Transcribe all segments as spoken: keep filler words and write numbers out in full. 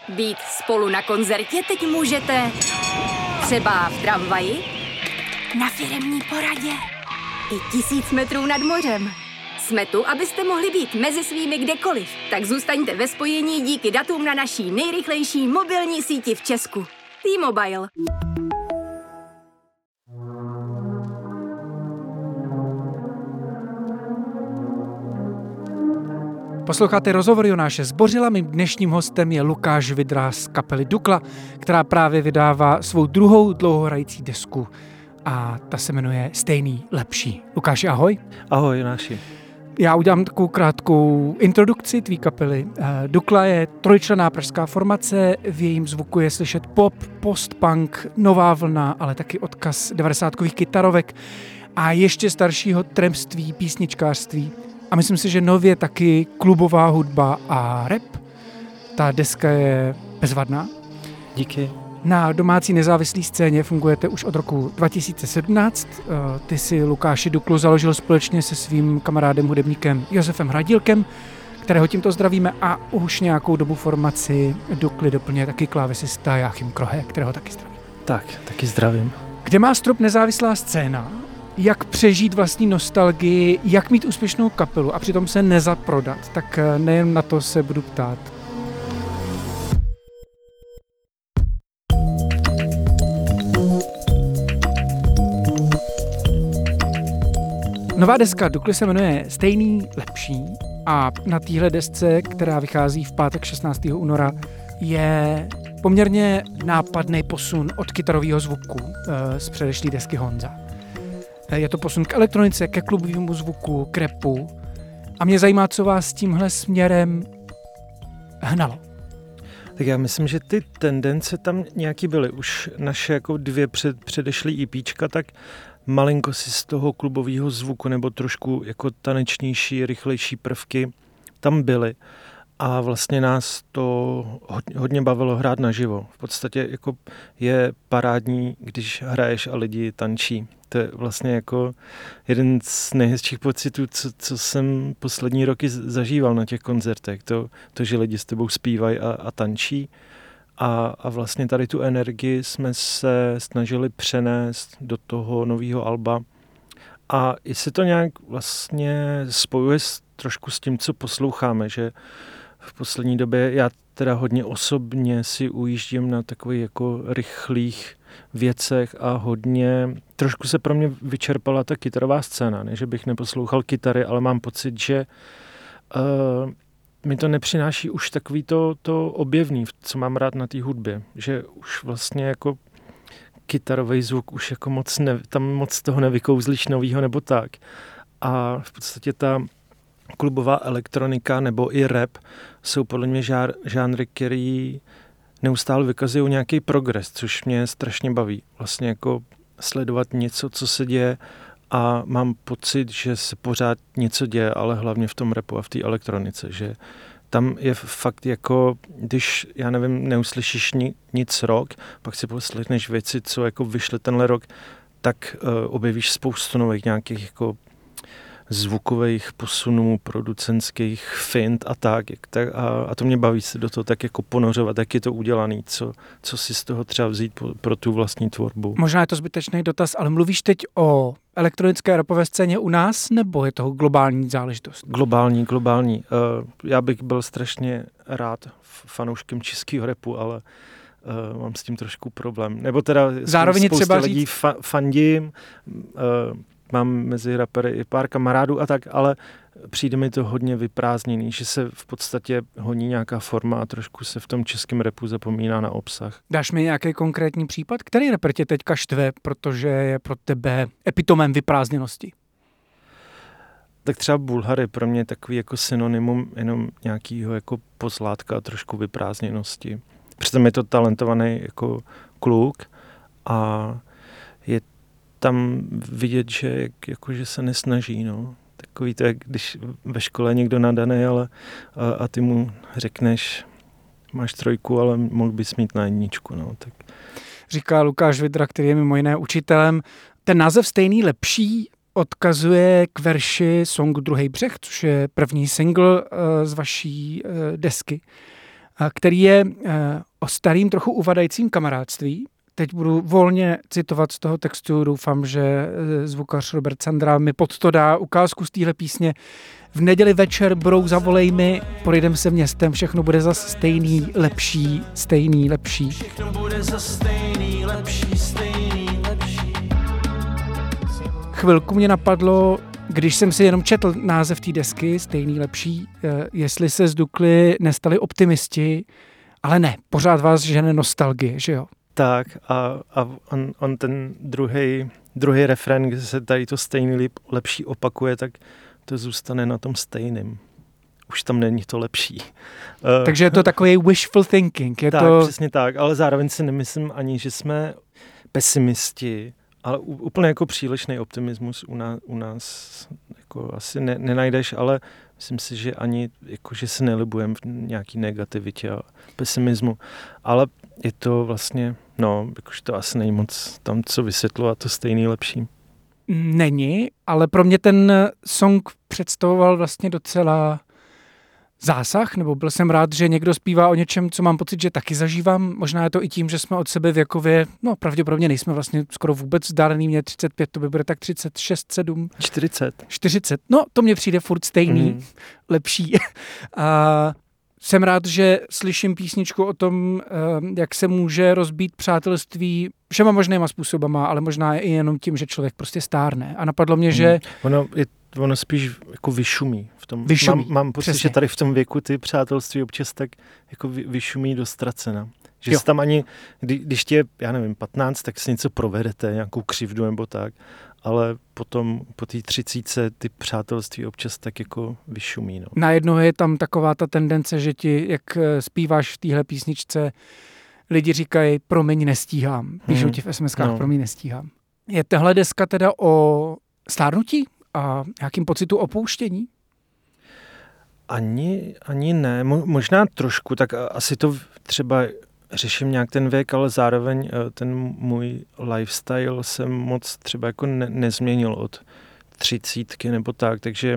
Být spolu na koncertě teď můžete třeba v tramvaji, na firemní poradě i tisíc metrů nad mořem. Jsme tu, abyste mohli být mezi svými kdekoliv. Tak zůstaňte ve spojení díky datům na naší nejrychlejší mobilní síti v Česku. T-Mobile. Posloucháte rozhovor Jonáše Zbořila, mým dnešním hostem je Lukáš Vydra z kapely Dukla, která právě vydává svou druhou dlouhohrající desku a ta se jmenuje Stejný, lepší. Lukáši, ahoj. Ahoj, Jonáši. Já udělám takovou krátkou introdukci tvý kapely. Dukla je trojčlenná pražská formace, v jejím zvuku je slyšet pop, post-punk, nová vlna, ale taky odkaz devadesátkových kytarovek a ještě staršího trampství, písničkářství. A myslím si, že nově taky klubová hudba a rap. Ta deska je bezvadná. Díky. Na domácí nezávislé scéně fungujete už od roku dva tisíce sedmnáct. Ty si Lukáši Duklu založil společně se svým kamarádem hudebníkem Josefem Hradílkem, kterého tímto zdravíme, a už nějakou dobu formaci Dukly doplňuje taky klávesista Jáchym Krohe, kterého taky zdravím. Tak, taky zdravím. Kde má strop nezávislá scéna? Jak přežít vlastní nostalgii, jak mít úspěšnou kapelu a přitom se nezaprodat, tak nejen na to se budu ptát. Nová deska Dukly se jmenuje Stejný, lepší a na téhle desce, která vychází v pátek šestnáctého února, je poměrně nápadný posun od kytarového zvuku z předešlé desky Honza. Je to posun k elektronice, ke klubovému zvuku, k rapu. A mě zajímá, co vás tímhle směrem hnalo. Tak já myslím, že ty tendence tam nějaký byly. Už naše jako dvě před, předešlý EPčka, tak malinko si z toho klubového zvuku nebo trošku jako tanečnější, rychlejší prvky tam byly. A vlastně nás to hodně, hodně bavilo hrát naživo. V podstatě jako je parádní, když hraješ a lidi tančí. To je vlastně jako jeden z nejhezčích pocitů, co, co jsem poslední roky zažíval na těch koncertech. To, to že lidi s tebou zpívají a, a tančí. A, a vlastně tady tu energii jsme se snažili přenést do toho nového alba. A i se to nějak vlastně spojuje s, trošku s tím, co posloucháme, že v poslední době já teda hodně osobně si ujíždím na takových jako rychlých věcech a hodně, trošku se pro mě vyčerpala ta kytarová scéna, ne, že bych neposlouchal kytary, ale mám pocit, že uh, mi to nepřináší už takový to, to objevný, co mám rád na té hudbě, že už vlastně jako kytarový zvuk už jako moc ne, tam moc toho nevykouzlíš novýho nebo tak. A v podstatě ta klubová elektronika nebo i rap jsou podle mě žár, žánry, který neustále vykazují nějaký progres, což mě strašně baví. Vlastně jako sledovat něco, co se děje, a mám pocit, že se pořád něco děje, ale hlavně v tom rapu a v té elektronice, že tam je fakt jako, když, já nevím, neuslyšíš ni, nic rok, pak si poslechneš věci, co jako vyšly tenhle rok, tak uh, objevíš spoustu nových nějakých jako zvukových posunů, producentských fint a tak. tak a, a to mě baví se do toho tak jako ponořovat, jak je to udělaný, co, co si z toho třeba vzít pro, pro tu vlastní tvorbu. Možná je to zbytečný dotaz, ale mluvíš teď o elektronické rapové scéně u nás, nebo je to globální záležitost? Globální, globální. Uh, já bych byl strašně rád fanouškem českého rapu, ale uh, mám s tím trošku problém. Nebo teda zároveň spousta třeba lidí říct... fa- fandím, uh, mám mezi rapery i pár kamarádů a tak, ale přijde mi to hodně vyprázdněný, že se v podstatě honí nějaká forma a trošku se v tom českém rapu zapomíná na obsah. Dáš mi nějaký konkrétní případ? Který rapper tě teďka štve, protože je pro tebe epitomem vyprázdněnosti? Tak třeba Bulhar je pro mě takový jako synonymum jenom nějakého jako pozlátka a trošku vyprázdněnosti. Přitom je to talentovaný jako kluk a je tam vidět, že jako, že se nesnaží, no. Takový to, jak když ve škole někdo nadaný, ale a, a ty mu řekneš, máš trojku, ale mohl bys mít na jedničku, no. Tak. Říká Lukáš Vydra, který je mimo jiné učitelem. Ten název Stejný, lepší odkazuje k verši songu Druhý břeh, což je první single z vaší desky. který je o starým trochu uvadajícím kamarádství. Teď budu volně citovat z toho textu, doufám, že zvukař Robert Sandra mi pod to dá ukázku z téhle písně. V neděli večer brou zavolej mi, projdem se městem, všechno bude zas stejný, lepší, stejný, lepší. Všechno bude zas stejný, lepší, stejný, lepší. Chvilku mě napadlo, když jsem si jenom četl název té desky, stejný, lepší, jestli se z Dukly nestali optimisti, ale ne, pořád vás žene nostalgie, že jo? Tak a, a on, on ten druhý druhý refrén, kde se tady to stejný lepší opakuje, tak to zůstane na tom stejným. Už tam není to lepší. Takže je to takový wishful thinking. Je tak, to... přesně tak, ale zároveň si nemyslím ani, že jsme pesimisti, ale úplně jako přílišný optimismus u nás, u nás jako asi ne, nenajdeš, ale myslím si, že ani jako, že se nelibujeme v nějaký negativitě a pesimismu, ale je to vlastně, no, jakože to asi není moc tam co vysvětlovat, to stejný lepší. Není, ale pro mě ten song představoval vlastně docela zásah, nebo byl jsem rád, že někdo zpívá o něčem, co mám pocit, že taky zažívám. Možná je to i tím, že jsme od sebe věkově, no pravděpodobně nejsme vlastně skoro vůbec vzdálený, mě třicet pět, to by bude tak třicet šest, sedm. čtyřicet. čtyřicet, no to mně přijde furt stejný, mm. lepší. A jsem rád, že slyším písničku o tom, jak se může rozbít přátelství všema možnýma způsobama, ale možná i jenom tím, že člověk prostě stárne. A napadlo mě, mm. že... Ono, je, ono spíš jako vyšumí. V tom, vyšumí. Mám, mám pocit, přesně. Že tady v tom věku ty přátelství občas tak jako vy, vyšumí do ztracena. Že jo. Jsi tam ani, kdy, když tě je, já nevím, patnáct, tak si něco provedete, nějakou křivdu nebo tak, ale potom po té třicítce ty přátelství občas tak jako vyšumí. No. Najednou je tam taková ta tendence, že ti, jak zpíváš v téhle písničce, lidi říkají, promiň, nestíhám. Píšou hmm. ti v es em eskách, no. Promiň, nestíhám. Je tahle deska teda o stárnutí a nějakým pocitu opouštění? Ani, ani ne, Mo, možná trošku, tak asi to třeba řeším nějak ten věk, ale zároveň ten můj lifestyle jsem moc třeba jako ne, nezměnil od třicítky nebo tak, takže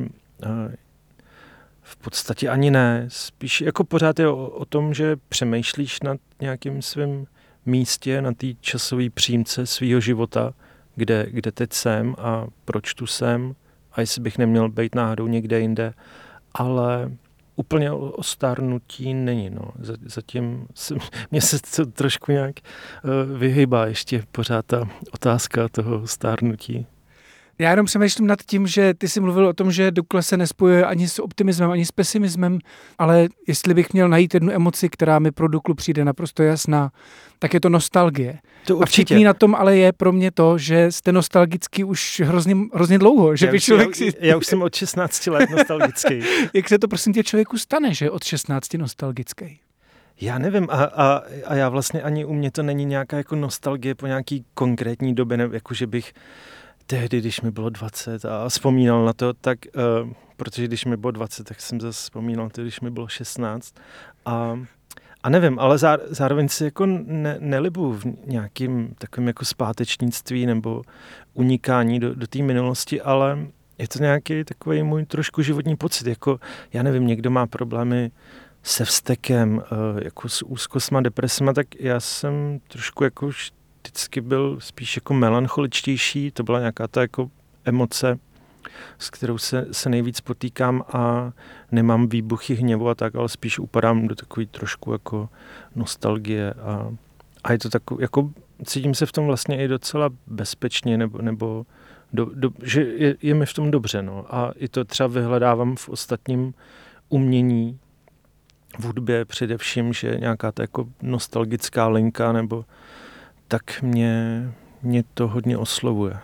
v podstatě ani ne. Spíš jako pořád je o, o tom, že přemýšlíš nad nějakým svým místě, na té časové přímce svýho života, kde, kde teď jsem a proč tu jsem a jestli bych neměl být náhodou někde jinde, ale úplně o, o stárnutí není. No. Zatím se, mě se to trošku nějak uh, vyhýbá ještě pořád ta otázka toho stárnutí. Já jenom přemýšlím nad tím, že ty jsi mluvil o tom, že Dukla se nespojuje ani s optimismem, ani s pesimismem, ale jestli bych měl najít jednu emoci, která mi pro Duklu přijde naprosto jasná, tak je to nostalgie. To a všichni na tom ale je pro mě to, že jste nostalgický už hrozně, hrozně dlouho. Že já, by člověk já, si... já už jsem od šestnácti let nostalgický. Jak se to prosím tě člověku stane, že od šestnácti nostalgický? Já nevím a, a, a já vlastně ani u mě to není nějaká jako nostalgie po nějaký konkrétní době, ne, jako že bych tehdy, když mi bylo dvacet a vzpomínal na to, tak, uh, protože když mi bylo dvacet, tak jsem zase vzpomínal to, když mi bylo šestnáct. A, a nevím, ale zá, zároveň si jako ne, nelibuju v nějakým takovém jako zpátečnictví nebo unikání do, do té minulosti, ale je to nějaký takový můj trošku životní pocit. Jako, já nevím, někdo má problémy se vztekem, uh, jako s úzkostma, depresema, tak já jsem trošku jako vždycky byl spíš jako melancholičtější, to byla nějaká ta jako emoce, s kterou se, se nejvíc potýkám a nemám výbuchy hněvu a tak, ale spíš upadám do takový trošku jako nostalgie a, a je to takový, jako cítím se v tom vlastně i docela bezpečně, nebo, nebo do, do, že je, je mi v tom dobře, no. A i to třeba vyhledávám v ostatním umění, v hudbě především, že nějaká ta jako nostalgická linka, nebo tak mě, mě to hodně oslovuje.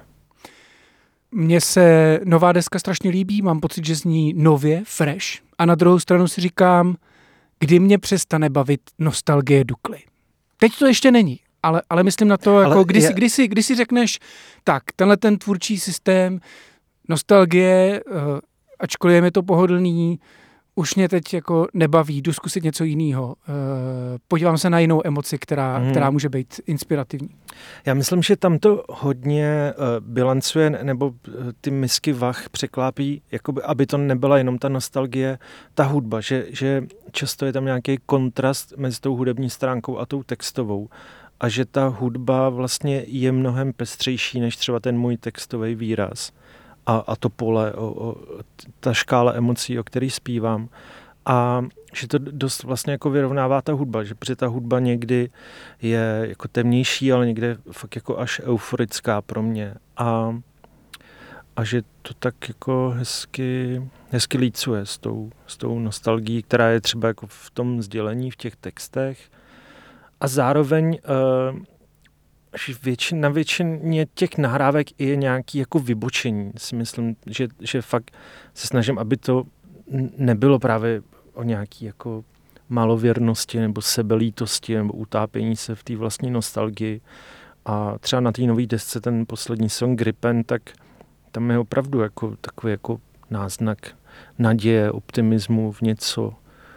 Mně se nová deska strašně líbí, mám pocit, že zní nově, fresh. A na druhou stranu si říkám, kdy mě přestane bavit nostalgie Dukly. Teď to ještě není, ale, ale myslím na to, jako kdy, je... si, kdy, si, kdy si řekneš, tak, tenhle ten tvůrčí systém, nostalgie, uh, ačkoliv je mi to pohodlný, už mě teď jako nebaví, jdu zkusit něco jiného. Podívám se na jinou emoci, která, hmm. která může být inspirativní. Já myslím, že tam to hodně bilancuje, nebo ty misky vah překlápí, jakoby, aby to nebyla jenom ta nostalgie, ta hudba, že, že často je tam nějaký kontrast mezi tou hudební stránkou a tou textovou. A že ta hudba vlastně je mnohem pestřejší než třeba ten můj textový výraz. A, a to pole, o, o, ta škála emocí, o kterých zpívám. A že to dost vlastně jako vyrovnává ta hudba, že protože ta hudba někdy je jako temnější, ale někde fakt jako až euforická pro mě. A, a že to tak jako hezky, hezky lícuje s tou, s tou nostalgií, která je třeba jako v tom sdělení, v těch textech. A zároveň uh, většin, na většině těch nahrávek je nějaký jako vybočení. Si myslím, že, že fakt se snažím, aby to nebylo právě o nějaký jako malověrnosti nebo sebelítosti nebo utápění se v té vlastní nostalgii. A třeba na té nové desce ten poslední song Gripen, tak tam je opravdu jako takový jako náznak naděje, optimismu v něco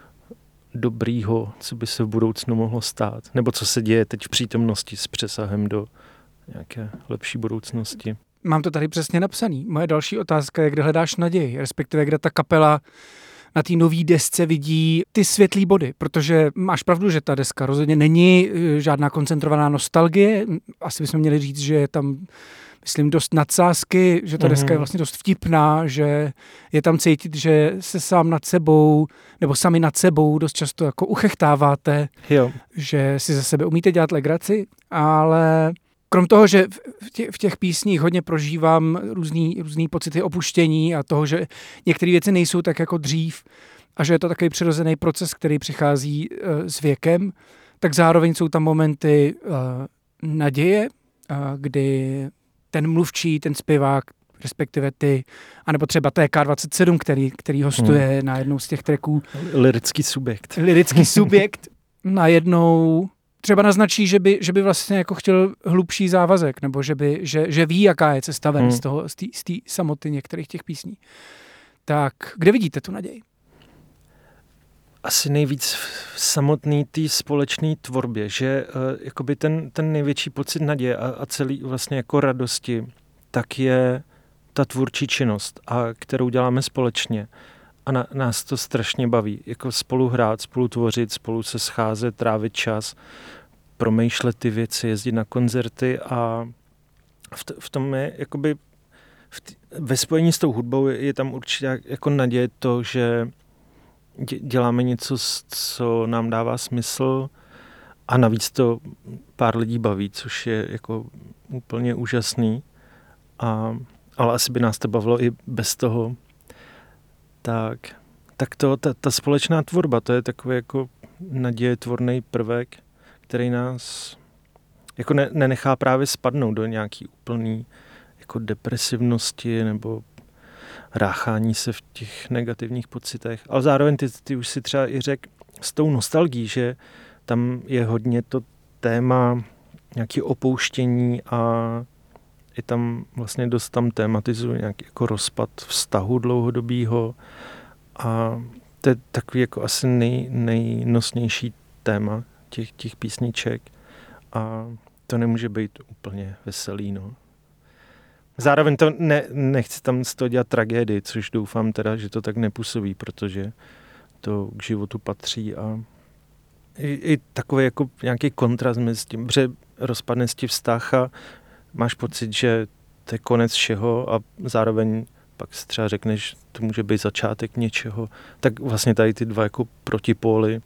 dobrýho, co by se v budoucnu mohlo stát. Nebo co se děje teď v přítomnosti s přesahem do nějaké lepší budoucnosti. Mám to tady přesně napsaný. Moje další otázka je, kde hledáš naději, respektive kde ta kapela na té nový desce vidí ty světlý body, protože máš pravdu, že ta deska rozhodně není žádná koncentrovaná nostalgie. Asi bychom měli říct, že je tam, myslím, dost nadsázky, že ta deska je vlastně dost vtipná, že je tam cítit, že se sám nad sebou, nebo sami nad sebou dost často jako uchechtáváte, jo. Že si ze sebe umíte dělat legraci, ale krom toho, že v těch, v těch písních hodně prožívám různý, různý pocity opuštění a toho, že některé věci nejsou tak jako dřív a že je to takový přirozený proces, který přichází uh, s věkem, tak zároveň jsou tam momenty uh, naděje, uh, kdy ten mluvčí, ten zpěvák, respektive ty, anebo třeba T K dvacet sedm, který, který hostuje hmm. na jednou z těch tracků. Lyrický subjekt. Lyrický subjekt najednou třeba naznačí, že by, že by vlastně jako chtěl hlubší závazek, nebo že, by, že, že ví, jaká je cesta ven hmm. z toho, z té samoty některých těch písní. Tak kde vidíte tu naději? Asi nejvíc v samotný té společné tvorbě, že uh, jakoby ten, ten největší pocit naděje a, a celý vlastně jako radosti, tak je ta tvůrčí činnost, a kterou děláme společně. A na, nás to strašně baví. Jako spolu hrát, spolu tvořit, spolu se scházet, trávit čas, promýšlet ty věci, jezdit na koncerty a v, t- v tom je jakoby v t- ve spojení s tou hudbou je, je tam určitě jako naděje to, že děláme něco, co nám dává smysl a navíc to pár lidí baví, což je jako úplně úžasný. A, ale asi by nás to bavilo i bez toho. Tak, tak to, ta, ta společná tvorba, to je takový jako nadějetvorný prvek, který nás jako ne, nenechá právě spadnout do nějaký úplný jako depresivnosti nebo ráchání se v těch negativních pocitech. Ale zároveň ty, ty už si třeba i řekl s tou nostalgií, že tam je hodně to téma nějaké opouštění a i tam vlastně dost tam tématizuje nějaký jako rozpad vztahu dlouhodobýho a to je takový jako asi nej, nejnosnější téma těch, těch písniček a to nemůže být úplně veselý, no. Zároveň to ne, nechci tam z toho dělat tragédii, což doufám teda, že to tak nepůsobí, protože to k životu patří a i, i takový jako nějaký kontrast mezi tím, že rozpadne si vztah a máš pocit, že to je konec všeho a zároveň pak si třeba řekneš, to může být začátek něčeho, tak vlastně tady ty dva jako protipóly.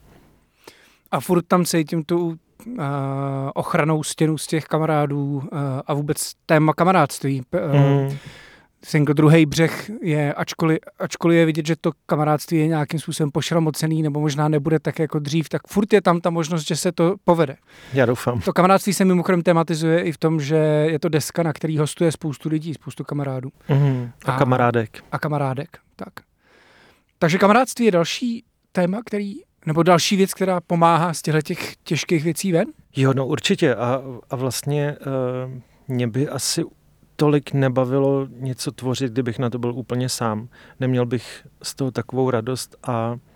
A furt tam cítím tu uh, ochranou stěnu z těch kamarádů uh, a vůbec téma kamarádství. Uh, mm. Single Druhý břeh je, ačkoliv, ačkoliv je vidět, že to kamarádství je nějakým způsobem pošramocený nebo možná nebude tak jako dřív, tak furt je tam ta možnost, že se to povede. Já doufám. To kamarádství se mimochodem tematizuje i v tom, že je to deska, na který hostuje spoustu lidí, spoustu kamarádů. Mm. A, a kamarádek. A kamarádek, tak. Takže kamarádství je další téma, který, nebo další věc, která pomáhá z těchto těch těžkých věcí ven? Jo, no určitě. A, a vlastně uh, mě by asi tolik nebavilo něco tvořit, kdybych na to byl úplně sám. Neměl bych z toho takovou radost a,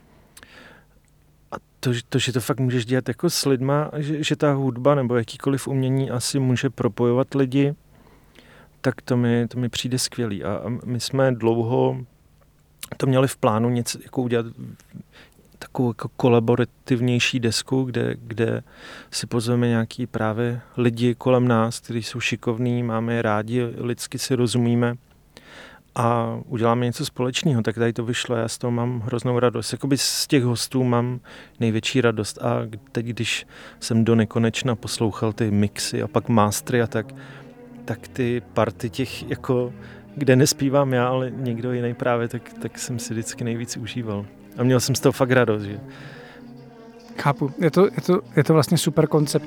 a to, to, že to fakt můžeš dělat jako s lidma, že, že ta hudba nebo jakýkoliv umění asi může propojovat lidi, tak to mi, to mi přijde skvělý. A, a my jsme dlouho to měli v plánu něco jako udělat takovou jako kolaborativnější desku, kde, kde si pozveme nějaký právě lidi kolem nás, kteří jsou šikovní, máme je rádi, lidsky si rozumíme a uděláme něco společného. Tak tady to vyšlo, já z toho mám hroznou radost. Jakoby z těch hostů mám největší radost a teď, když jsem do nekonečna poslouchal ty mixy a pak mastery a tak, tak ty party těch, jako, kde nespívám já, ale někdo jiný právě, tak, tak jsem si vždycky nejvíc užíval. A měl jsem z toho fakt radost, že? Chápu, je to, je to, je to vlastně super koncept.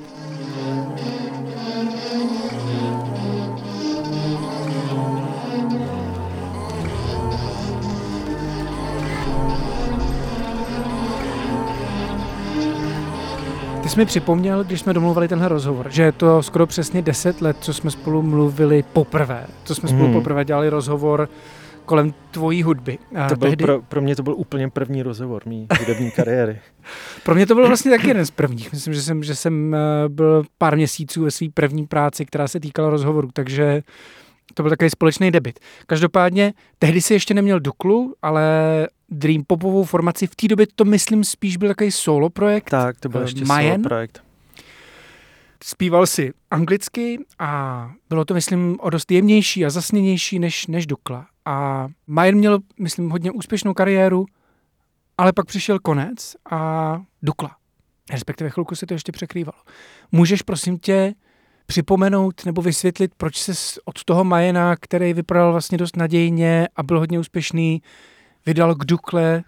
Ty jsi mi připomněl, když jsme domluvali tenhle rozhovor, že je to skoro přesně deset let, co jsme spolu mluvili poprvé. Co jsme spolu hmm. poprvé dělali rozhovor kolem tvojí hudby. A to byl tehdy... pro, pro mě to byl úplně první rozhovor mý hudební kariéry. Pro mě to byl vlastně taky jeden z prvních. Myslím, že jsem, že jsem byl pár měsíců ve své první práci, která se týkala rozhovoru, takže to byl takový společný debut. Každopádně, tehdy si ještě neměl Duklu, ale Dream Popovou formaci. V té době to, myslím, spíš byl takový solo projekt. Tak, to byl ještě Mayen. Solo projekt. Zpíval si anglicky a bylo to, myslím, o dost jemnější a zasněnější než, než Dukla. A Mayen měl, myslím, hodně úspěšnou kariéru, ale pak přišel konec a Dukla. Respektive chvilku se to ještě překrývalo. Můžeš, prosím tě, připomenout nebo vysvětlit, proč ses od toho Mayena, který vypadal vlastně dost nadějně a byl hodně úspěšný, vydal k Dukle?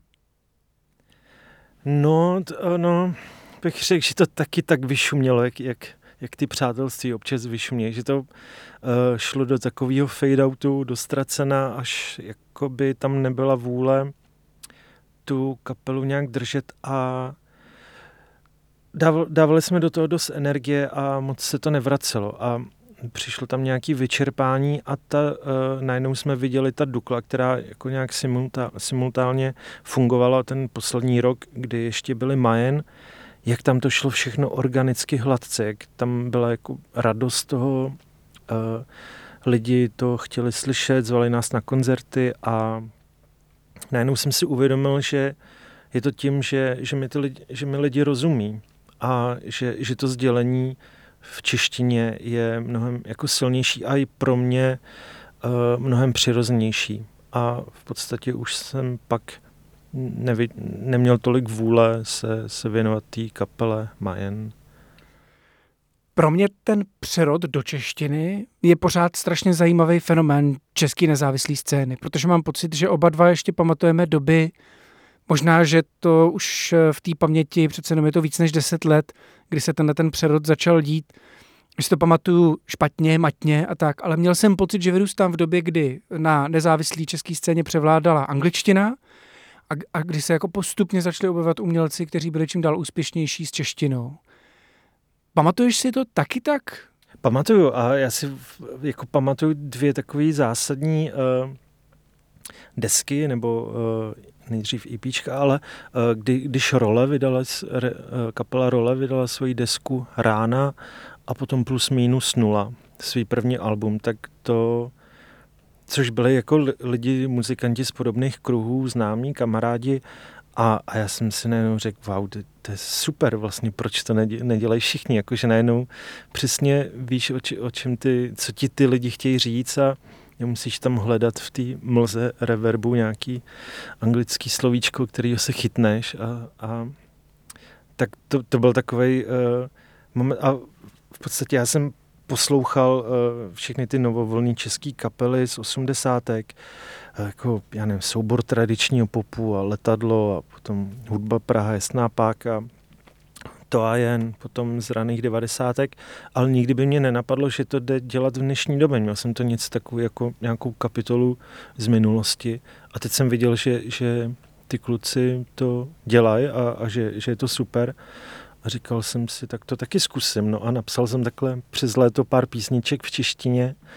No, t- no, bych řekl, že to taky tak vyšumělo, jak, jak, jak ty přátelství občas vyšumějí, že to uh, šlo do takového fade-outu, do ztracena, až jakoby tam nebyla vůle tu kapelu nějak držet a dával, dávali jsme do toho dost energie a moc se to nevracelo a přišlo tam nějaké vyčerpání a ta, uh, najednou jsme viděli ta Dukla, která jako nějak simultá, simultánně fungovala ten poslední rok, kdy ještě byli Mayen, jak tam to šlo všechno organicky hladce, jak tam byla jako radost toho, uh, lidi to chtěli slyšet, zvali nás na koncerty a najednou jsem si uvědomil, že je to tím, že, že, mi, ty lidi, že mi lidi rozumí a že, že to sdělení v češtině je mnohem jako silnější a i pro mě uh, mnohem přirozenější. A v podstatě už jsem pak nevi, neměl tolik vůle se, se věnovat té kapele Mayen. Pro mě ten přerod do češtiny je pořád strašně zajímavý fenomén české nezávislé scény, protože mám pocit, že oba dva ještě pamatujeme doby, možná, že to už v té paměti, přece jenom je to víc než deset let, kdy se tenhle ten přerod začal dít. Když to pamatuju špatně, matně a tak, ale měl jsem pocit, že vyrůstám v době, kdy na nezávislé české scéně převládala angličtina a, a kdy se jako postupně začali objevovat umělci, kteří byli čím dál úspěšnější s češtinou. Pamatuješ si to taky tak? Pamatuju a já si jako pamatuju dvě takové zásadní uh, desky, nebo uh, nejdřív EPčka, ale uh, kdy, když Role vydala, re, uh, kapela Role vydala svoji desku Rána a potom Plus minus nula, svůj první album, tak to, což byli jako lidi, muzikanti z podobných kruhů, známí, kamarádi a, a já jsem si najednou řekl, wow, to, to je super vlastně, proč to nedělají všichni, jakože najednou přesně víš, o, či, o čem ty, co ti ty lidi chtějí říct a nemusíš tam hledat v té mlze reverbu nějaký anglický slovíčko, kterýho se chytneš a, a tak to, to byl takovej uh, moment a v podstatě já jsem poslouchal uh, všechny ty novovolné české kapely z osmdesátek, uh, jako, já nevím, soubor tradičního popu a Letadlo a potom Hudba Praha, Jasná páka, to a jen, potom z raných devadesátek, ale nikdy by mě nenapadlo, že to jde dělat v dnešní době. Měl jsem to něco takovou jako nějakou kapitolu z minulosti a teď jsem viděl, že, že ty kluci to dělají a, a že, že je to super. A říkal jsem si, tak to taky zkusím. No a napsal jsem takhle přes léto pár písniček v češtině.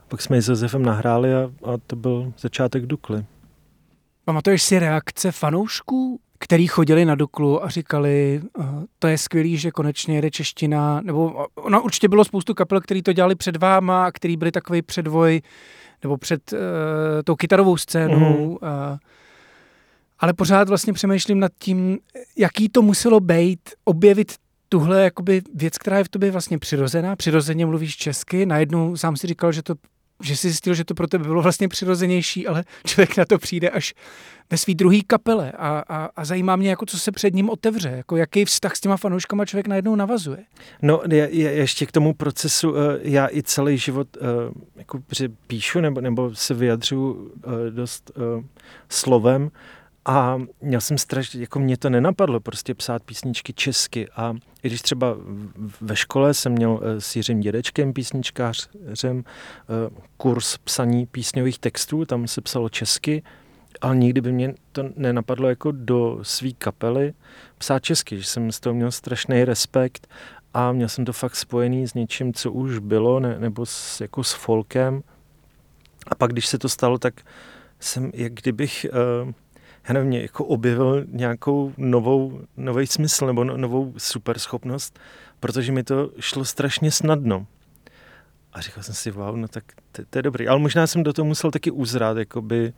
pak jsme ji s Josefem nahráli a, a to byl začátek Dukly. Pamatuješ si reakce fanoušků, který chodili na Duklu a říkali, to je skvělý, že konečně jede čeština, nebo no, určitě bylo spoustu kapel, který to dělali před váma a který byli takový předvoj, nebo před uh, tou kytarovou scénou. Mm. Uh, ale pořád vlastně přemýšlím nad tím, jaký to muselo být, objevit tuhle jakoby věc, která je v tobě vlastně přirozená. Přirozeně mluvíš česky, najednou sám si říkal, že to že jsi zjistil, že to pro tebe bylo vlastně přirozenější, ale člověk na to přijde až ve svý druhý kapele a, a, a zajímá mě, jako co se před ním otevře, jako jaký vztah s těma fanouškama člověk najednou navazuje. No, je, je, ještě k tomu procesu, já i celý život jako píšu nebo, nebo se vyjadřuju dost slovem a měl jsem strašně, jako mě to nenapadlo prostě psát písničky česky a i když třeba ve škole jsem měl s Jiřím Dědečkem, písničkářem, kurz psaní písňových textů, tam se psalo česky, ale nikdy by mě to nenapadlo jako do svý kapely psát česky, že jsem z toho měl strašný respekt a měl jsem to fakt spojený s něčím, co už bylo, ne, nebo s, jako s folkem. A pak, když se to stalo, tak jsem, jak kdybych... Uh, já nevím, jako objevil nějakou novou, nový smysl nebo no, novou superschopnost, protože mi to šlo strašně snadno. A říkal jsem si, wow, no tak to, to je dobrý. Ale možná jsem do toho musel taky uzrát, jakoby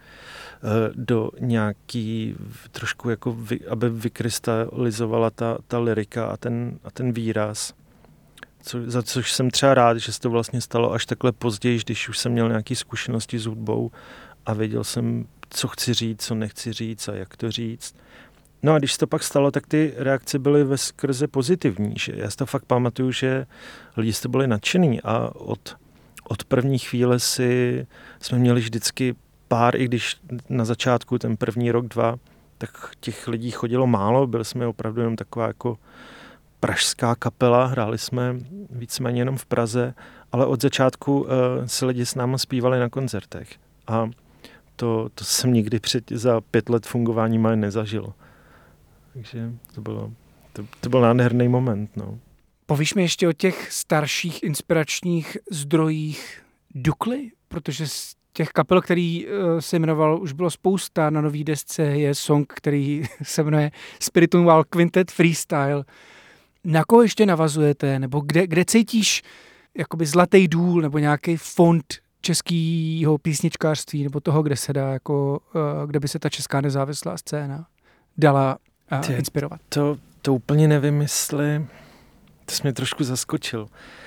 do nějaký, trošku jako, vy, aby vykrystalizovala ta, ta lyrika a ten, a ten výraz. Co, za což jsem třeba rád, že se to vlastně stalo až takhle později, když už jsem měl nějaké zkušenosti s hudbou a věděl jsem, co chci říct, co nechci říct a jak to říct. No a když se to pak stalo, tak ty reakce byly veskrze pozitivní. Že já si to fakt pamatuju, že lidi jste byli nadšený a od, od první chvíle si jsme měli vždycky pár, i když na začátku ten první rok, dva, tak těch lidí chodilo málo, byli jsme opravdu jenom taková jako pražská kapela, hráli jsme víceméně jenom v Praze, ale od začátku uh, se lidi s námi zpívali na koncertech. A To, to jsem nikdy před, za pět let fungování Maje nezažil. Takže to, bylo, to, to byl nádherný moment. No. Povíš mi ještě o těch starších inspiračních zdrojích Dukly? Protože z těch kapel, který uh, se jmenoval, už bylo spousta. Na nový desce je song, který se jmenuje Spiritual Quintet Freestyle. Na koho ještě navazujete? Nebo kde, kde cítíš jakoby zlatý důl nebo nějaký fond českého písničkářství nebo toho, kde se dá jako, kde by se ta česká nezávislá scéna dala uh, inspirovat? To, to úplně nevím, jestli to jsi mě trošku zaskočil.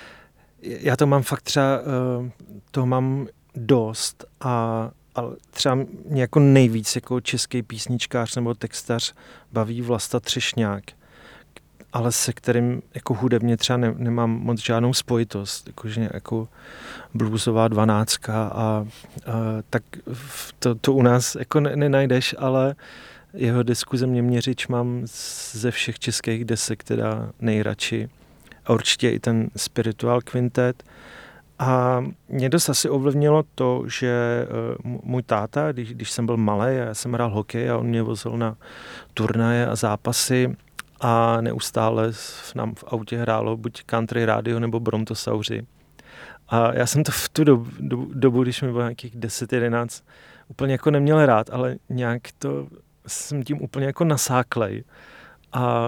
Já to mám fakt třeba, toho mám dost a, a třeba mě jako nejvíc jako český písničkář nebo textař baví Vlasta Třešňák, ale se kterým jako hudebně třeba ne, nemám moc žádnou spojitost, jakože jako bluesová dvanáctka a, a tak to, to u nás jako ne, nenajdeš, ale jeho desku Země měřič mám ze všech českých desek teda nejradši a určitě i ten Spiritual Quintet. A mě dost asi ovlivnilo to, že můj táta, když, když jsem byl malý, já jsem hrál hokej a on mě vozil na turnaje a zápasy, a neustále nám v autě hrálo buď country rádio nebo Brontosauři. A já jsem to v tu dobu, dobu, dobu když mi bylo nějakých deset jedenáct, úplně jako neměl rád, ale nějak to jsem tím úplně jako nasáklej. A, a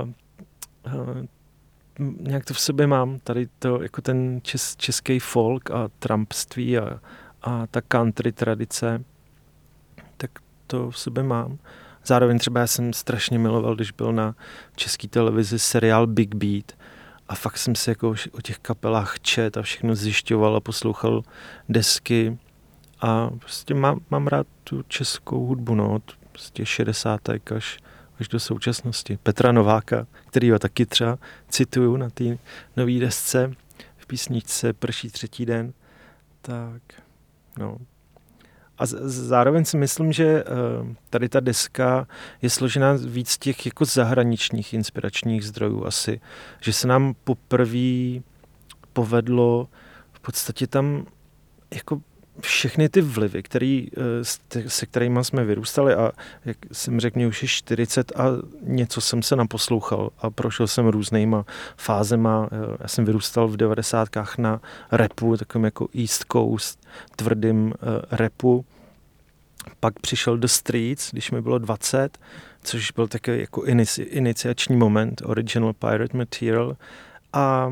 nějak to v sobě mám, tady to jako ten čes, český folk a trampství a, a ta country tradice, tak to v sobě mám. Zároveň třeba já jsem strašně miloval, když byl na české televizi seriál Big Beat a fakt jsem si jako o těch kapelách čet a všechno zjišťoval a poslouchal desky a prostě mám, mám rád tu českou hudbu, no, od prostě šedesátek až, až do současnosti. Petra Nováka, kterýho taky třeba cituju na té nový desce v písničce Prší třetí den, tak no. A zároveň si myslím, že tady ta deska je složená víc těch jako zahraničních inspiračních zdrojů asi. Že se nám poprvé povedlo v podstatě tam jako všechny ty vlivy, který, se kterými jsme vyrůstali a jak jsem řekl, mě už je čtyřicet a něco jsem se naposlouchal a prošel jsem různýma fázema. Já jsem vyrůstal v devadesátkách na rapu, takovým jako East Coast, tvrdým rapu. Pak přišel The Streets, když mi bylo dvacet, což byl takový jako inici, iniciační moment, Original Pirate Material. A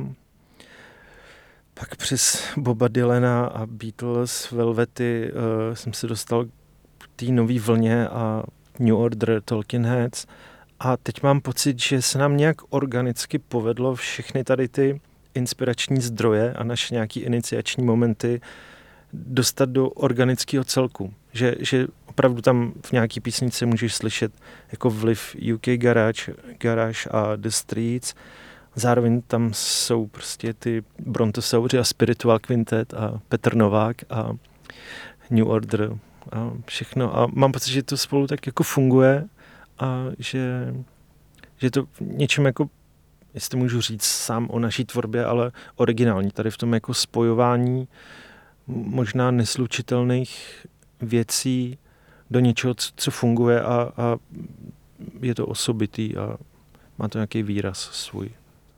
pak přes Boba Dylana a Beatles, Velvety uh, jsem se dostal k té nový vlně a New Order, Talking Heads. A teď mám pocit, že se nám nějak organicky povedlo všechny tady ty inspirační zdroje a naše nějaký iniciační momenty dostat do organického celku. Že, že opravdu tam v nějaký písničce můžeš slyšet jako vliv U K Garage, Garage a The Streets. Zároveň tam jsou prostě ty Brontosauři a Spiritual Quintet a Petr Novák a New Order a všechno. A mám pocit, že to spolu tak jako funguje a že, že to něčem jako, jestli to můžu říct sám o naší tvorbě, ale originální. Tady v tom jako spojování možná neslučitelných věcí do něčeho, co funguje a, a je to osobitý a má to nějaký výraz svůj.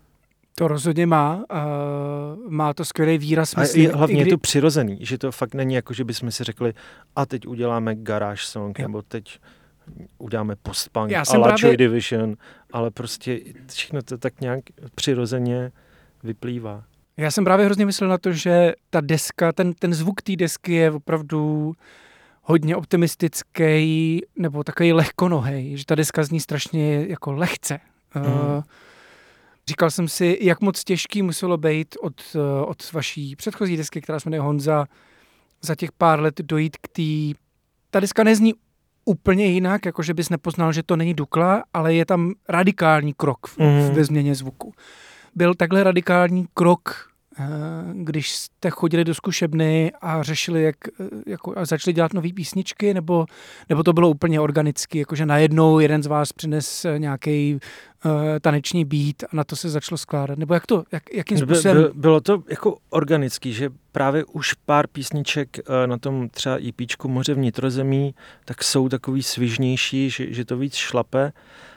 To rozhodně má. Uh, má to skvělý výraz. Myslím, a hlavně kdy... je to přirozený, že to fakt není jako, že bychom si řekli a teď uděláme garage song, jo. Nebo teď uděláme post-punk a la Joy Division, ale prostě všechno to tak nějak přirozeně vyplývá. Já jsem právě hrozně myslel na to, že ta deska, ten, ten zvuk té desky je opravdu hodně optimistický nebo takový lehkonohej, že ta deska zní strašně jako lehce. Mm. Uh, říkal jsem si, jak moc těžký muselo být od, od vaší předchozí desky, která se jmenuje Honza, za těch pár let dojít k té... Ta deska nezní úplně jinak, jakože bys nepoznal, že to není Dukla, ale je tam radikální krok v, mm. ve změně zvuku. Byl takhle radikální krok, když jste chodili do zkušebny a řešili, jak jako, a začali dělat nové písničky, nebo, nebo to bylo úplně organicky, jakože najednou jeden z vás přines nějaký uh, taneční beat a na to se začalo skládat, nebo jak to, jak, jakým způsobem? By, bylo to jako organický, že právě už pár písniček uh, na tom třeba EPčku Moře vnitrozemí, tak jsou takový svižnější, že, že to víc šlape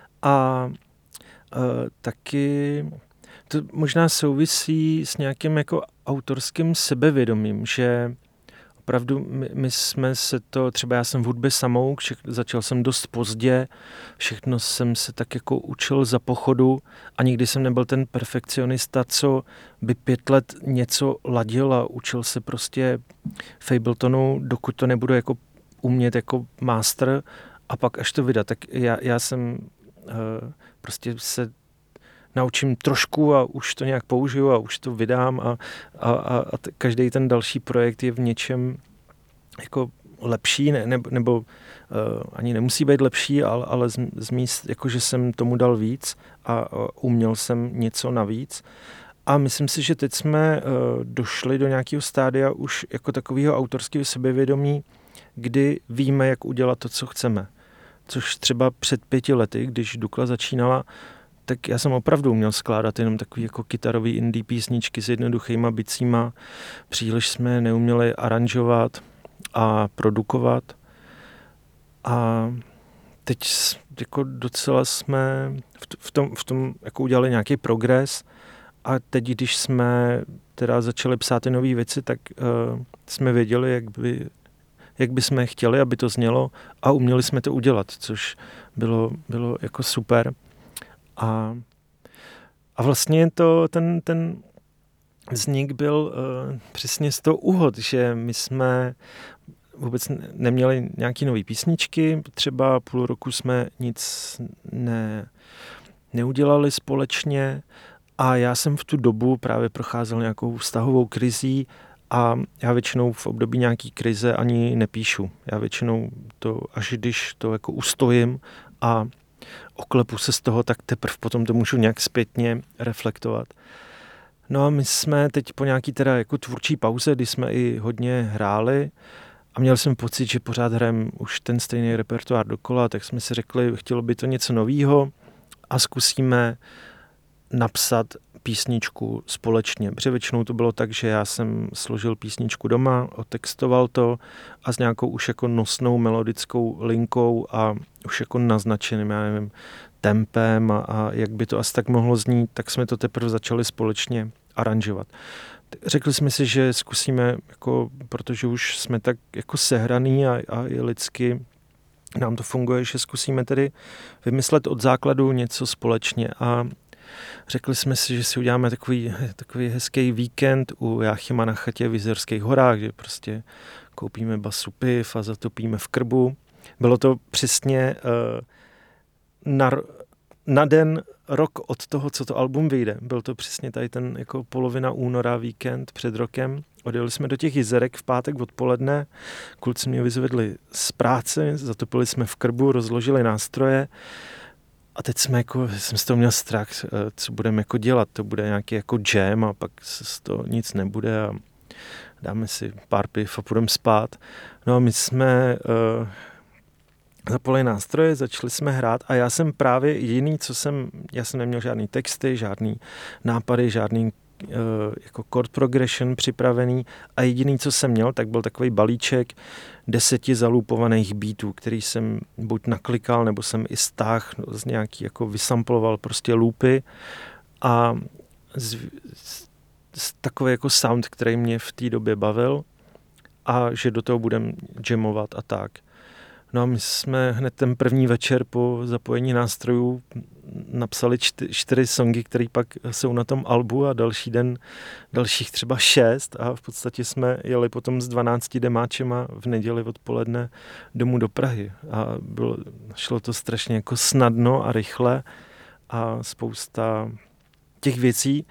a uh, taky... To možná souvisí s nějakým jako autorským sebevědomím, že opravdu my, my jsme se to, třeba já jsem v hudbě samouk, začal jsem dost pozdě, všechno jsem se tak jako učil za pochodu a nikdy jsem nebyl ten perfekcionista, co by pět let něco ladil a učil se prostě v Abletonu, dokud to nebudu jako umět jako master a pak až to vydat. Tak já, já jsem uh, prostě se naučím trošku a už to nějak použiju a už to vydám a, a, a, a t- každý ten další projekt je v něčem jako lepší, ne, nebo, nebo uh, ani nemusí být lepší, ale, ale z, z míst, jako že jsem tomu dal víc a, a uměl jsem něco navíc. A myslím si, že teď jsme uh, došli do nějakého stádia už jako takového autorského sebevědomí, kdy víme, jak udělat to, co chceme. Což třeba před pěti lety, když Dukla začínala, tak já jsem opravdu uměl skládat jenom takový jako kytarový indie písničky s jednoduchýma bicíma. Příliš jsme neuměli aranžovat a produkovat. A teď jako docela jsme v tom, v tom jako udělali nějaký progres a teď, když jsme teda začali psát ty nové věci, tak uh, jsme věděli, jak by, jak by jsme chtěli, aby to znělo a uměli jsme to udělat, což bylo, bylo jako super. A, a vlastně to, ten, ten vznik byl uh, přesně z toho úhod, že my jsme vůbec neměli nějaký nový písničky, třeba půl roku jsme nic ne, neudělali společně a já jsem v tu dobu právě procházel nějakou vztahovou krizí a já většinou v období nějaký krize ani nepíšu. Já většinou to, až když to jako ustojím a oklepu se z toho, tak teprve potom to můžu nějak zpětně reflektovat. No a my jsme teď po nějaký teda jako tvůrčí pauze, kdy jsme i hodně hráli a měl jsem pocit, že pořád hrajem už ten stejný repertoár dokola, tak jsme si řekli, chtělo by to něco novýho a zkusíme napsat písničku společně. Protože většinou to bylo tak, že já jsem složil písničku doma, otextoval to a s nějakou už jako nosnou melodickou linkou a už jako naznačeným, já nevím, tempem a, a jak by to asi tak mohlo znít, tak jsme to teprve začali společně aranžovat. Řekli jsme si, že zkusíme, jako, protože už jsme tak jako sehraný a, a i lidsky nám to funguje, že zkusíme tedy vymyslet od základu něco společně a řekli jsme si, že si uděláme takový, takový hezký víkend u Jáchyma na chatě v Jizerských horách, kde prostě koupíme basu piv a zatopíme v krbu. Bylo to přesně uh, na, na den, rok od toho, co to album vyjde. Byl to přesně tady ten jako polovina února víkend před rokem. Odjeli jsme do těch Jizerek v pátek odpoledne, kluci mě vyzvedli z práce, zatopili jsme v krbu, rozložili nástroje a teď jsme jako, jsem z toho měl strach, co budeme jako dělat. To bude nějaký jako jam a pak se z toho nic nebude a dáme si pár piv a půjdeme spát. No a my jsme uh, zapojili nástroje, začali jsme hrát a já jsem právě jediný, co jsem, já jsem neměl žádný texty, žádný nápady, žádný uh, jako chord progression připravený a jediný, co jsem měl, tak byl takový balíček deseti zalupovaných beatů, který jsem buď naklikal, nebo jsem i stáhl z nějaký, jako vysamploval prostě loopy a z, z, z takový jako sound, který mě v té době bavil a že do toho budem jamovat a tak. No a my jsme hned ten první večer po zapojení nástrojů napsali čty, čtyři songy, které pak jsou na tom albu a další den dalších třeba šest a v podstatě jsme jeli potom s dvanácti demáčema v neděli odpoledne domů do Prahy a bylo, šlo to strašně jako snadno a rychle a spousta těch věcí,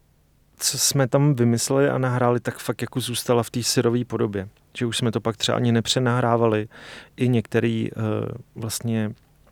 co jsme tam vymysleli a nahráli, tak fakt jako zůstala v té syrové podobě. Že už jsme to pak třeba ani nepřenahrávali. I některé uh, vlastně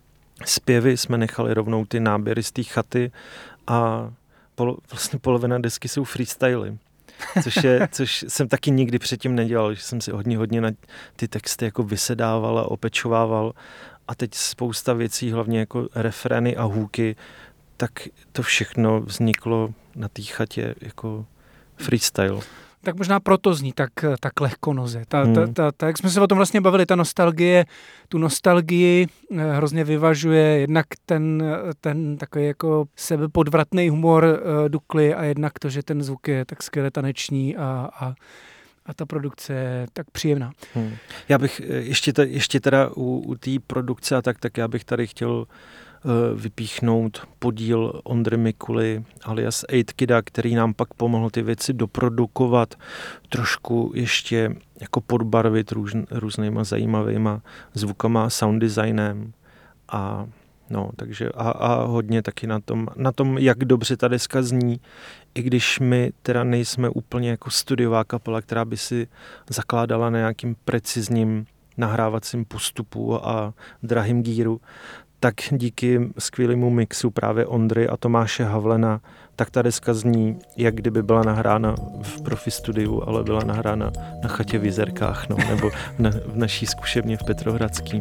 zpěvy jsme nechali rovnou ty náběry z té chaty a polo, vlastně polovina desky jsou freestyly. Což, je, což jsem taky nikdy předtím nedělal, že jsem si hodně, hodně na ty texty jako vysedával a opečovával a teď spousta věcí, hlavně jako refrény a hůky, tak to všechno vzniklo na té chatě jako freestyle. Tak možná proto zní tak, tak lehkonoze. Ta, hmm. ta, ta, ta, jak jsme se o tom vlastně bavili, ta nostalgie, tu nostalgii hrozně vyvažuje jednak ten, ten takový jako sebepodvratný humor uh, Dukly a jednak to, že ten zvuk je tak skvěle taneční a, a, a ta produkce je tak příjemná. Hmm. Já bych ještě, ta, ještě teda u, u té produkce a tak, tak já bych tady chtěl vypíchnout podíl Ondry Mikuly alias Eight Kida, který nám pak pomohl ty věci doprodukovat, trošku ještě jako podbarvit růz, různýma zajímavýma zvukama, sound designem a no, takže a, a hodně taky na tom, na tom, jak dobře ta deska zní, i když my teda nejsme úplně jako studiová kapela, která by si zakládala na nějakým precizním nahrávacím postupu a drahým gíru, tak díky skvělému mixu právě Ondry a Tomáše Havlena, tak ta deska zní, jak kdyby byla nahrána v profi studiu, ale byla nahrána na chatě v Jizerkách, no, nebo na, v naší zkušebně v Petrohradský.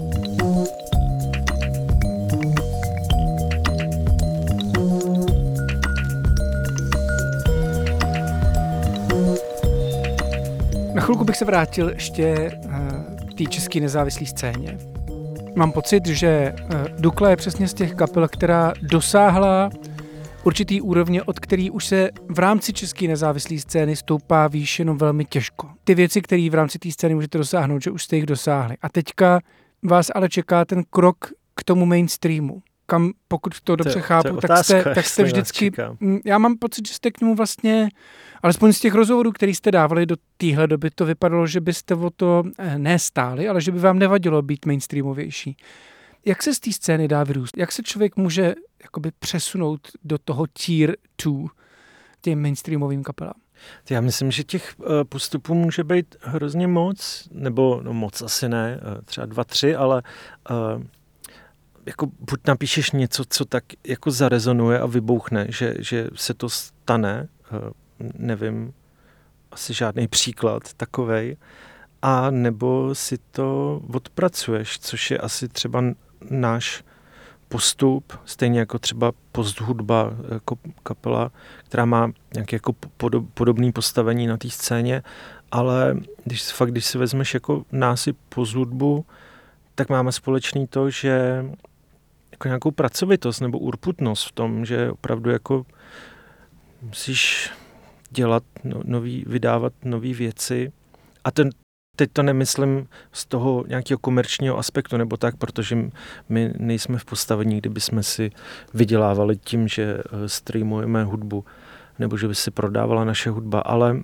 Na chvilku bych se vrátil ještě k té české nezávislé scéně. Mám pocit, že Dukla je přesně z těch kapel, která dosáhla určitý úrovně, od který už se v rámci české nezávislé scény stoupá výš jenom velmi těžko. Ty věci, které v rámci té scény můžete dosáhnout, že už jste jich dosáhli. A teďka vás ale čeká ten krok k tomu mainstreamu. Kam, pokud to dobře to, chápu, to tak, jste, otázka, tak jste vždycky... Já mám pocit, že jste k němu vlastně... Alespoň z těch rozhovorů, který jste dávali do téhle doby, to vypadalo, že byste o to nestáli, ale že by vám nevadilo být mainstreamovější. Jak se z té scény dá vyrůst? Jak se člověk může jakoby přesunout do toho tier two těm mainstreamovým kapelám? Já myslím, že těch postupů může být hrozně moc, nebo no moc asi ne, třeba dva, tři, ale uh, jako buď napíšeš něco, co tak jako zarezonuje a vybouchne, že, že se to stane, uh, nevím, asi žádný příklad takovej, a nebo si to odpracuješ, což je asi třeba náš postup, stejně jako třeba posthudba jako kapela, která má nějaké jako podob, podobné postavení na té scéně, ale když fakt, když si vezmeš jako nás i posthudbu, tak máme společný to, že jako nějakou pracovitost nebo urputnost v tom, že opravdu jako musíš dělat no, nový, vydávat nové věci a ten teď to nemyslím z toho nějakého komerčního aspektu nebo tak, protože my nejsme v postavení, kdyby jsme si vydělávali tím, že streamujeme hudbu nebo že by si prodávala naše hudba, ale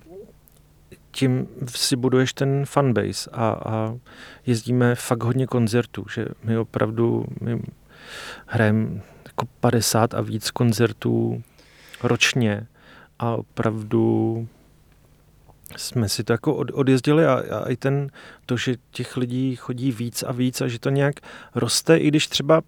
tím si buduješ ten fanbase a, a jezdíme fakt hodně koncertů, že my opravdu my hrajeme jako padesát a víc koncertů ročně a opravdu jsme si to jako odjezdili a, a i ten, to, že těch lidí chodí víc a víc a že to nějak roste, i když třeba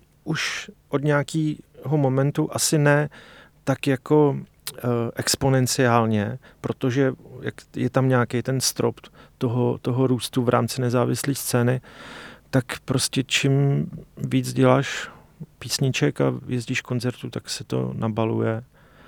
už od nějakého momentu asi ne tak jako uh, exponenciálně, protože jak je tam nějaký ten strop toho, toho růstu v rámci nezávislé scény, tak prostě čím víc děláš písniček a jezdíš koncertu, tak se to nabaluje.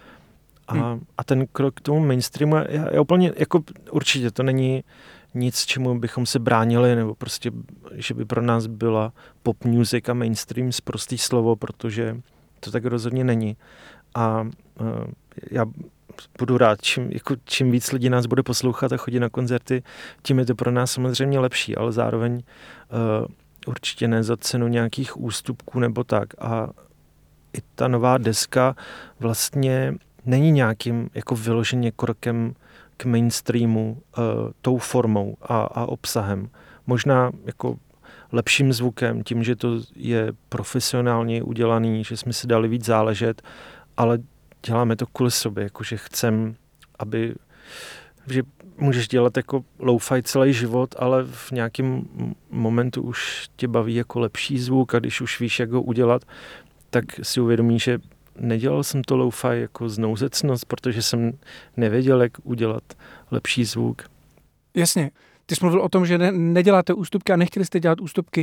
A, hmm. a ten krok k tomu mainstreamu je, je úplně, jako určitě to není nic, čemu bychom se bránili, nebo prostě, že by pro nás byla pop music a mainstream sprostý slovo, protože to tak rozhodně není. A uh, já budu rád, čím, jako, čím víc lidí nás bude poslouchat a chodit na koncerty, tím je to pro nás samozřejmě lepší, ale zároveň uh, určitě ne za cenu nějakých ústupků nebo tak. A i ta nová deska vlastně není nějakým jako vyloženě krokem k mainstreamu uh, tou formou a, a obsahem. Možná jako lepším zvukem, tím, že to je profesionálně udělaný, že jsme si dali víc záležet, ale děláme to kvůli sobě, jakože chcem, aby, že můžeš dělat jako lo-fi celý život, ale v nějakém momentu už tě baví jako lepší zvuk a když už víš, jak ho udělat, tak si uvědomí, že nedělal jsem to lo-fi jako znouzecnost, protože jsem nevěděl, jak udělat lepší zvuk. Jasně. Ty jsi mluvil o tom, že ne, neděláte ústupky a nechtěli jste dělat ústupky.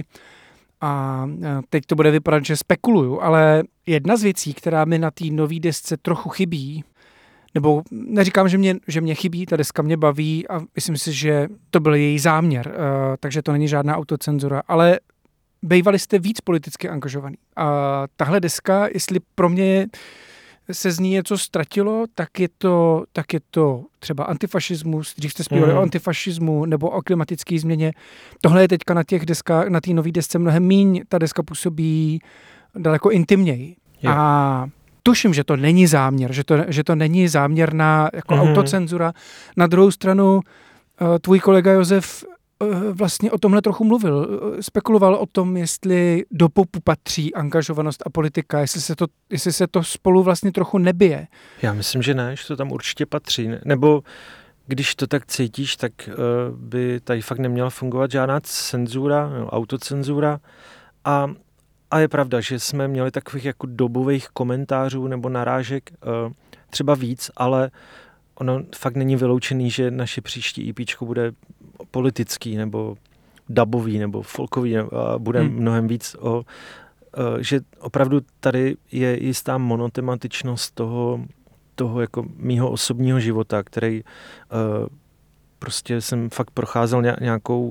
A teď to bude vypadat, že spekuluju, ale jedna z věcí, která mi na té nový desce trochu chybí, nebo neříkám, že mě, že mě chybí, ta deska mě baví a myslím si, že to byl její záměr, takže to není žádná autocenzura, ale bývali jste víc politicky angažovaný. A tahle deska, jestli pro mě se z ní něco ztratilo, tak je to, tak je to třeba antifašismus, dřív jste zpívali mm. o antifašismu nebo o klimatické změně. Tohle je teďka na těch deskách, na té nový desce mnohem míň, ta deska působí daleko intimněji. Je. A tuším, že to není záměr, že to, že to není záměrná jako mm. autocenzura. Na druhou stranu tvůj kolega Josef vlastně o tomhle trochu mluvil. Spekuloval o tom, jestli do popu patří angažovanost a politika, jestli se to, jestli se to spolu vlastně trochu nebije. Já myslím, že ne, že to tam určitě patří. Nebo když to tak cítíš, tak uh, by tady fakt neměla fungovat žádná cenzura, no, autocenzura. A, a je pravda, že jsme měli takových jako dobových komentářů nebo narážek uh, třeba víc, ale ono fakt není vyloučený, že naše příští EPčko bude politický nebo dubový nebo folkový a bude hmm. mnohem víc o, že opravdu tady je jistá monotematičnost toho, toho jako mýho osobního života, který prostě jsem fakt procházel nějakou,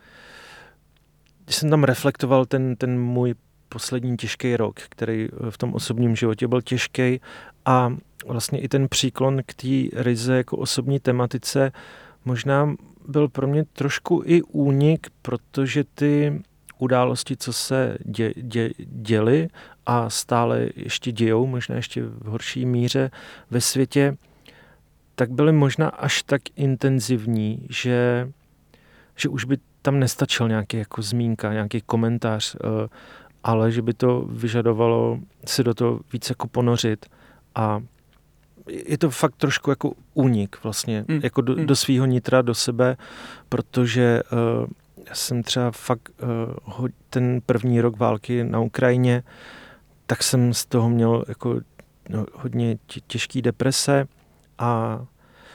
když jsem tam reflektoval ten, ten můj poslední těžký rok, který v tom osobním životě byl těžký a vlastně i ten příklon k té ryze jako osobní tematice možná byl pro mě trošku i únik, protože ty události, co se dě, dě, děly a stále ještě dějou, možná ještě v horší míře ve světě, tak byly možná až tak intenzivní, že, že už by tam nestačil nějaký jako zmínka, nějaký komentář, ale že by to vyžadovalo se do toho víc jako ponořit a je to fakt trošku jako únik vlastně, mm. jako do, mm. do svýho nitra, do sebe, protože uh, já jsem třeba fakt uh, ten první rok války na Ukrajině, tak jsem z toho měl jako no, hodně těžký deprese a,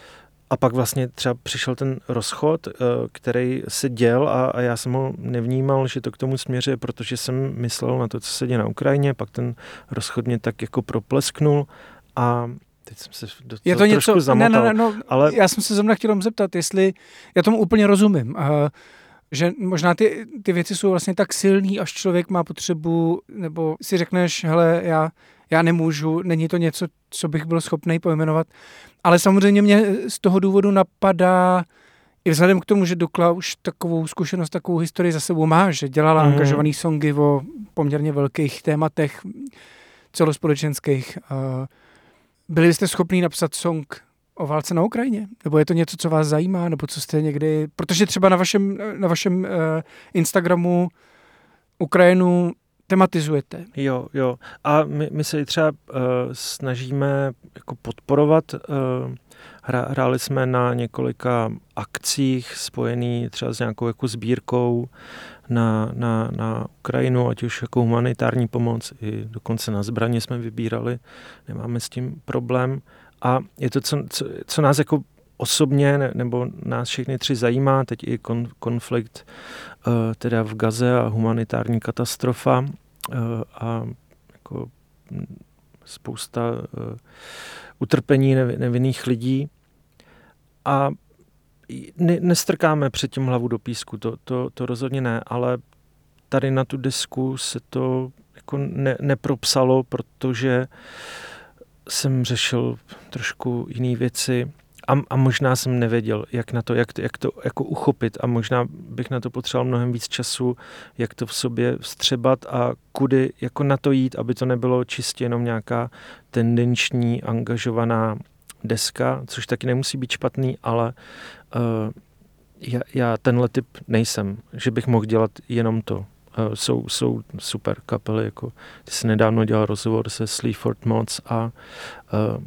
A pak vlastně třeba přišel ten rozchod, který se děl a, a já jsem ho nevnímal, že to k tomu směřuje, protože jsem myslel na to, co se děje na Ukrajině, pak ten rozchod mě tak jako proplesknul a teď jsem se do je to trošku něco, zamotal. Ne, ne, no, ale... Já jsem se zrovna chtěl zeptat, jestli, já tomu úplně rozumím, uh, že možná ty, ty věci jsou vlastně tak silný, až člověk má potřebu, nebo si řekneš, hele, já, já nemůžu, není to něco, co bych byl schopný pojmenovat, ale samozřejmě mě z toho důvodu napadá, i vzhledem k tomu, že Dukla už takovou zkušenost, takovou historii za sebou má, že dělala mm. angažovaný songy o poměrně velkých tématech celospolečenských. Byli jste schopni napsat song o válce na Ukrajině? Nebo je to něco, co vás zajímá? Nebo co jste někdy... Protože třeba na vašem, na vašem uh, Instagramu Ukrajinu tematizujete. Jo, jo. A my, my se třeba uh, snažíme jako podporovat. Uh, hra, hráli jsme na několika akcích spojený třeba s nějakou jako sbírkou na, na, na Ukrajinu, ať už jako humanitární pomoc, i dokonce na zbraně jsme vybírali. Nemáme s tím problém. A je to, co, co, co nás jako osobně, ne, nebo nás všechny tři zajímá, teď i kon, konflikt uh, teda v Gaze a humanitární katastrofa uh, a jako spousta uh, utrpení nev, nevinných lidí. A ne, nestrkáme předtím hlavu do písku, to, to, to rozhodně ne, ale tady na tu desku se to jako ne, nepropsalo, protože jsem řešil trošku jiné věci a, a možná jsem nevěděl, jak na to, jak to, jak to jako uchopit a možná bych na to potřeboval mnohem víc času, jak to v sobě vstřebat a kudy jako na to jít, aby to nebylo čistě jenom nějaká tendenční, angažovaná deska, což taky nemusí být špatný, ale uh, já, já tenhle typ nejsem, že bych mohl dělat jenom to. Uh, jsou, jsou super kapely, jako ty se nedávno dělal rozhovor se Sleaford Mods a uh,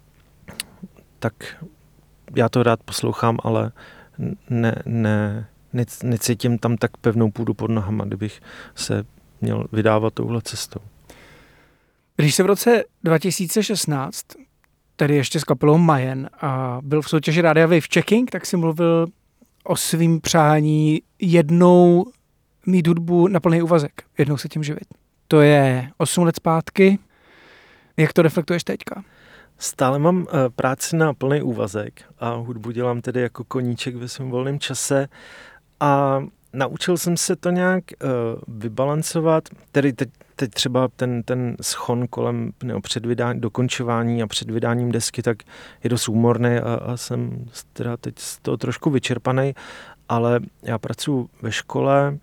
tak já to rád poslouchám, ale ne, ne, ne, necítím tam tak pevnou půdu pod nohama, kdybych se měl vydávat touhle cestou. Když se v roce dva tisíce šestnáct, tedy ještě s kapelou Majen, a byl v soutěži Rádia Wave Checking, tak si mluvil o svým přání jednou mít hudbu na plný úvazek, jednou se tím živit. To je osm let zpátky. Jak to reflektuješ teďka? Stále mám uh, práci na plný úvazek a hudbu dělám tedy jako koníček ve svém volném čase a naučil jsem se to nějak uh, vybalancovat, tedy teď, teď třeba ten, ten schon kolem nebo předvydání, dokončování a před vydáním desky, tak je dost úmorný a, a jsem teda teď z toho trošku vyčerpaný, ale já pracuji ve škole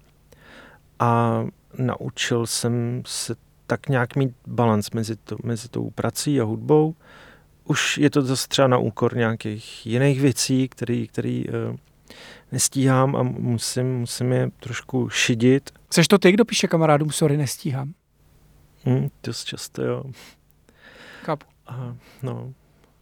a naučil jsem se tak nějak mít balans mezi, to, mezi tou prací a hudbou. Už je to zase třeba na úkor nějakých jiných věcí, který, který uh, nestíhám a musím, musím je trošku šidit. Seš to ty, kdo píše kamarádům, sorry, nestíhám? Hmm, dost často, jo. Chápu. Aha, no.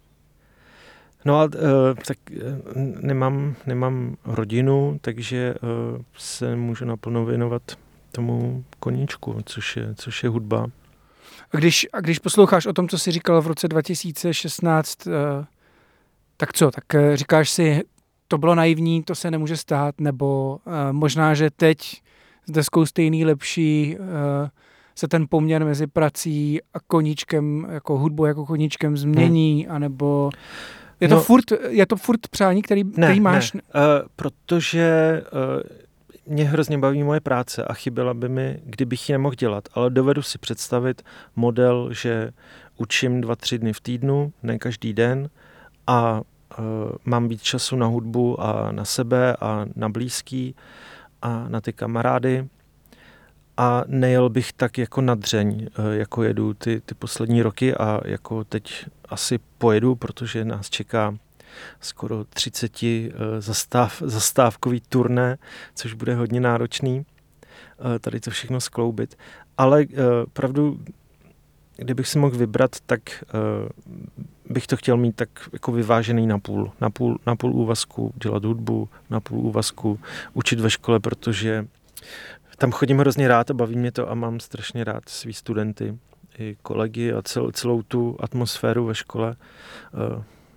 No a uh, tak uh, nemám, nemám rodinu, takže uh, se můžu naplno věnovat tomu koníčku, což je, což je hudba. A když, a když posloucháš o tom, co jsi říkal v roce dva tisíce šestnáct, uh, tak co? Tak uh, říkáš si, to bylo naivní, to se nemůže stát, nebo uh, možná, že teď s deskou stejný lepší uh, se ten poměr mezi prací a koníčkem, jako hudbou jako koníčkem změní, hmm. anebo je to, no, furt, je to furt přání, který, ne, který máš? Ne, uh, protože uh, mě hrozně baví moje práce a chyběla by mi, kdybych ji nemohl dělat, ale dovedu si představit model, že učím dva, tři dny v týdnu, ne každý den a uh, mám víc času na hudbu a na sebe a na blízký a na ty kamarády a nejel bych tak jako na dřeň, uh, jako jedu ty, ty poslední roky a jako teď asi pojedu, protože nás čeká skoro třicet zastáv, zastávkový turné, což bude hodně náročný tady to všechno skloubit. Ale uh, pravdu, kdybych si mohl vybrat, tak uh, bych to chtěl mít tak jako vyvážený na půl. Na půl, na půl úvazku dělat hudbu, na půl úvazku učit ve škole, protože tam chodím hrozně rád a baví mě to a mám strašně rád svý studenty i kolegy a celou, celou tu atmosféru ve škole. Uh,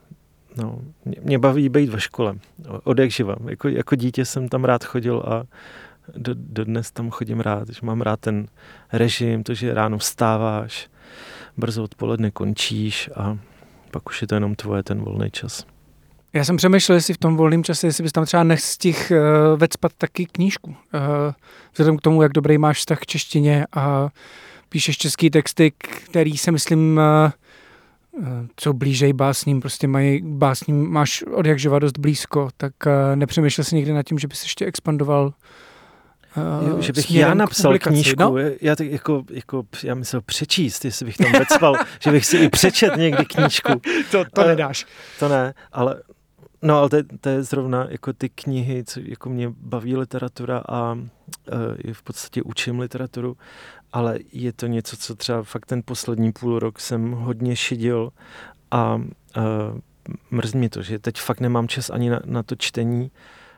no, mě, mě baví být ve škole, od jak živa. Jako, jako dítě jsem tam rád chodil a do, dodnes tam chodím rád, že mám rád ten režim, to, že ráno vstáváš, brzo odpoledne končíš a pak už je to jenom tvoje ten volný čas. Já jsem přemýšlel, jestli v tom volném čase, jestli bys tam třeba nestihl uh, vecpat taky knížku. Uh, vzhledem k tomu, jak dobrý máš vztah k češtině a píšeš český texty, který se myslím, uh, co blížej básním, prostě mají básním, máš od jak živa dost blízko, tak uh, nepřemýšlel jsi někdy nad tím, že bys ještě expandoval Uh, jo, že bych já napsal knížku, no? já, tak jako, jako, já myslel přečíst, jestli bych tam vecpal, že bych si i přečet někdy knížku. To, to nedáš. To ne, ale, no, ale to, to je zrovna jako ty knihy, co jako mě baví literatura a uh, v podstatě učím literaturu, ale je to něco, co třeba fakt ten poslední půl rok jsem hodně šidil a uh, mrzí mě to, že teď fakt nemám čas ani na, na to čtení.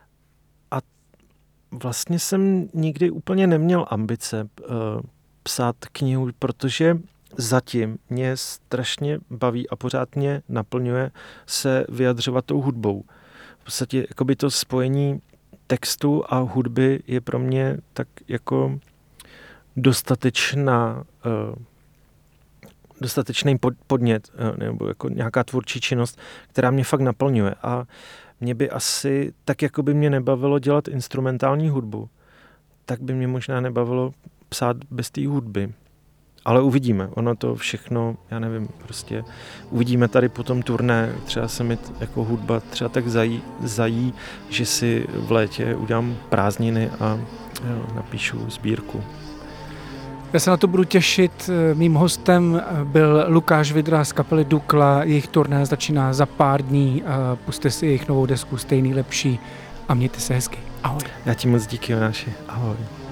Vlastně jsem nikdy úplně neměl ambice uh, psát knihu, protože zatím mě strašně baví a pořád mě naplňuje se vyjadřovat tou hudbou. V podstatě jakoby to spojení textu a hudby je pro mě tak jako dostatečná, uh, dostatečný pod, podnět uh, nebo jako nějaká tvůrčí činnost, která mě fakt naplňuje. A mě by asi, tak jako by mě nebavilo dělat instrumentální hudbu, tak by mě možná nebavilo psát bez té hudby. Ale uvidíme, ono to všechno, já nevím, prostě uvidíme tady po tom turné, třeba se mi jako hudba třeba tak zají, zají že si v létě udělám prázdniny a jo, napíšu sbírku. Já se na to budu těšit. Mým hostem byl Lukáš Vydra z kapely Dukla. Jejich turné začíná za pár dní. Pusťte si jejich novou desku Stejný lepší a mějte se hezky. Ahoj. Já ti moc díky, Jonáši. Ahoj.